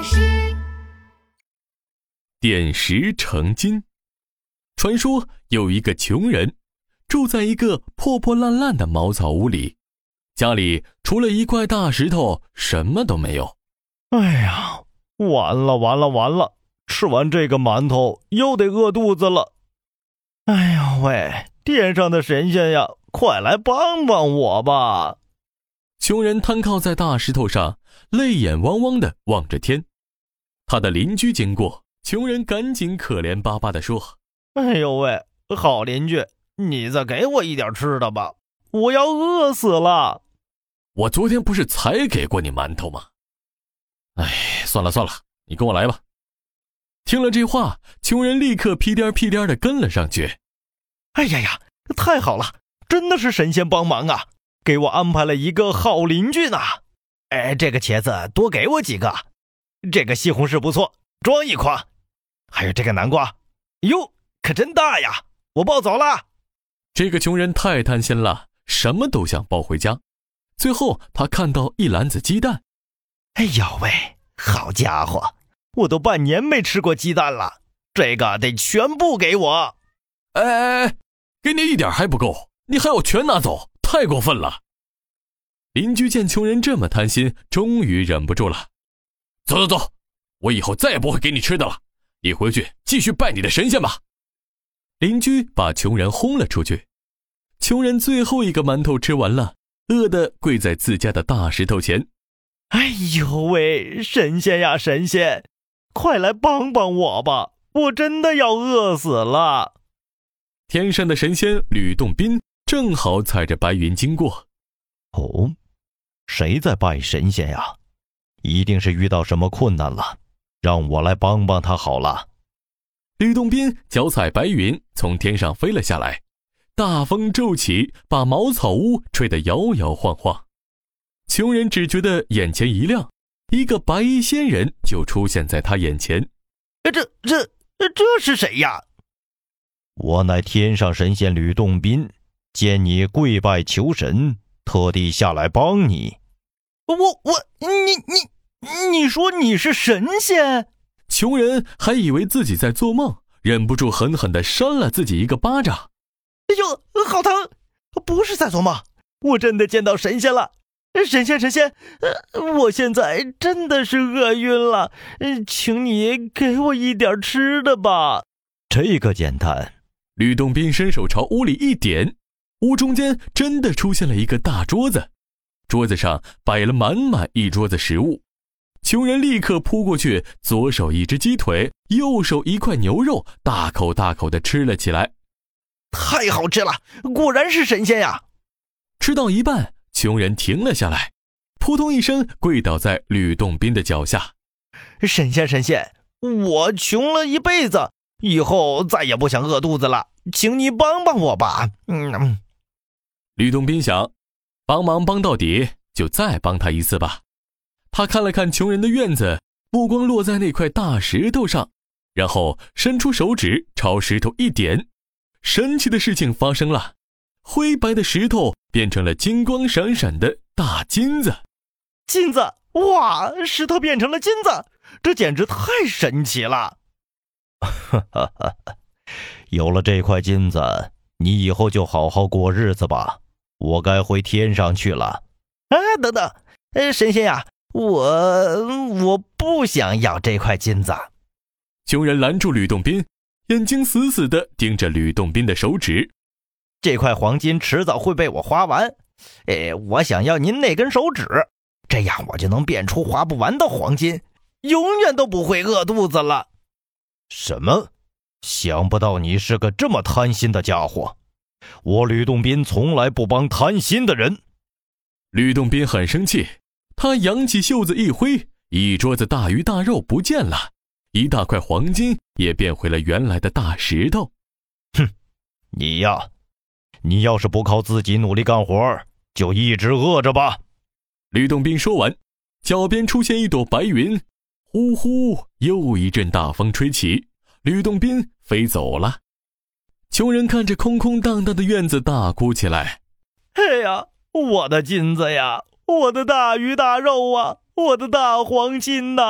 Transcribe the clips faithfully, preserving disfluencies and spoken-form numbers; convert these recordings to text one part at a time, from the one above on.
巴士。 点石成金。传说有一个穷人，住在一个破破烂烂的茅草屋里，家里除了一块大石头，什么都没有。 哎呀，完了完了完了，吃完这个馒头又得饿肚子了。哎呀喂，天上的神仙呀，快来帮帮我吧！ 穷人瘫靠在大石头上，泪眼汪汪地望着天。他的邻居经过，穷人赶紧可怜巴巴地说： 哎呦喂，好邻居，你再给我一点吃的吧，我要饿死了。 我昨天不是才给过你馒头吗？哎，算了算了，你跟我来吧。听了这话，穷人立刻屁颠屁颠地跟了上去。 哎呀呀，太好了，真的是神仙帮忙啊，给我安排了一个好邻居呢。哎，这个茄子多给我几个，这个西红柿不错，装一筐，还有这个南瓜，哟，可真大呀，我抱走了。 这个穷人太贪心了，什么都想抱回家。最后他看到一篮子鸡蛋。 哎呦喂，好家伙，我都半年没吃过鸡蛋了，这个得全部给我。 哎哎哎，给你一点还不够，你还要全拿走，太过分了。邻居见穷人这么贪心，终于忍不住了。走走走，我以后再也不会给你吃的了，你回去继续拜你的神仙吧。邻居把穷人轰了出去。穷人最后一个馒头吃完了，饿得跪在自家的大石头前。 哎呦喂，神仙呀神仙，快来帮帮我吧，我真的要饿死了。 天上的神仙吕洞宾正好踩着白云经过。 哦，谁在拜神仙呀？一定是遇到什么困难了，让我来帮帮他好了。 吕洞宾脚踩白云从天上飞了下来，大风骤起，把茅草屋吹得摇摇晃晃。穷人只觉得眼前一亮，一个白衣仙人就出现在他眼前。 这这这是谁呀？我乃天上神仙吕洞宾，见你跪拜求神，特地下来帮你。我我你你你说你是神仙？ 穷人还以为自己在做梦，忍不住狠狠地扇了自己一个巴掌。 哎呦，好疼！不是在做梦，我真的见到神仙了。神仙神仙，呃，我现在真的是饿晕了，请你给我一点吃的吧。这个简单。 吕洞宾伸手朝屋里一点，屋中间真的出现了一个大桌子，桌子上摆了满满一桌子食物。穷人立刻扑过去，左手一只鸡腿，右手一块牛肉，大口大口地吃了起来。 太好吃了，果然是神仙呀！ 吃到一半，穷人停了下来，扑通一声跪倒在吕洞宾的脚下。 神仙神仙，我穷了一辈子，以后再也不想饿肚子了，请你帮帮我吧。嗯， 吕洞宾想，帮忙帮到底，就再帮他一次吧。他看了看穷人的院子，目光落在那块大石头上，然后伸出手指朝石头一点。神奇的事情发生了，灰白的石头变成了金光闪闪的大金子。 金子，哇，石头变成了金子，这简直太神奇了。哈哈哈，有了这块金子，你以后就好好过日子吧，我该回天上去了。啊，等等，呃，神仙呀，我我不想要这块金子。 穷人拦住吕洞宾，眼睛死死地盯着吕洞宾的手指。 这块黄金迟早会被我花完，哎，我想要您那根手指，这样我就能变出花不完的黄金，永远都不会饿肚子了。什么？想不到你是个这么贪心的家伙，我吕洞宾从来不帮贪心的人。 吕洞宾很生气，他扬起袖子一挥，一桌子大鱼大肉不见了，一大块黄金也变回了原来的大石头。 哼，你呀，你要是不靠自己努力干活，就一直饿着吧。 吕洞宾说完，脚边出现一朵白云，呼呼，又一阵大风吹起，吕洞宾飞走了。穷人看着空空荡荡的院子大哭起来。 哎呀，我的金子呀，我的大鱼大肉啊，我的大黄金呐，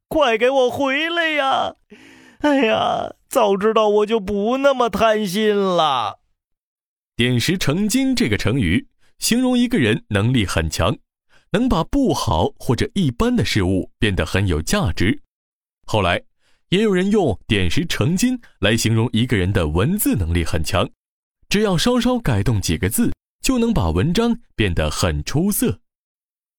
快给我回来呀！哎呀，早知道我就不那么贪心了。 点石成金这个成语形容一个人能力很强，能把不好或者一般的事物变得很有价值。后来也有人用点石成金来形容一个人的文字能力很强，只要稍稍改动几个字，就能把文章变得很出色。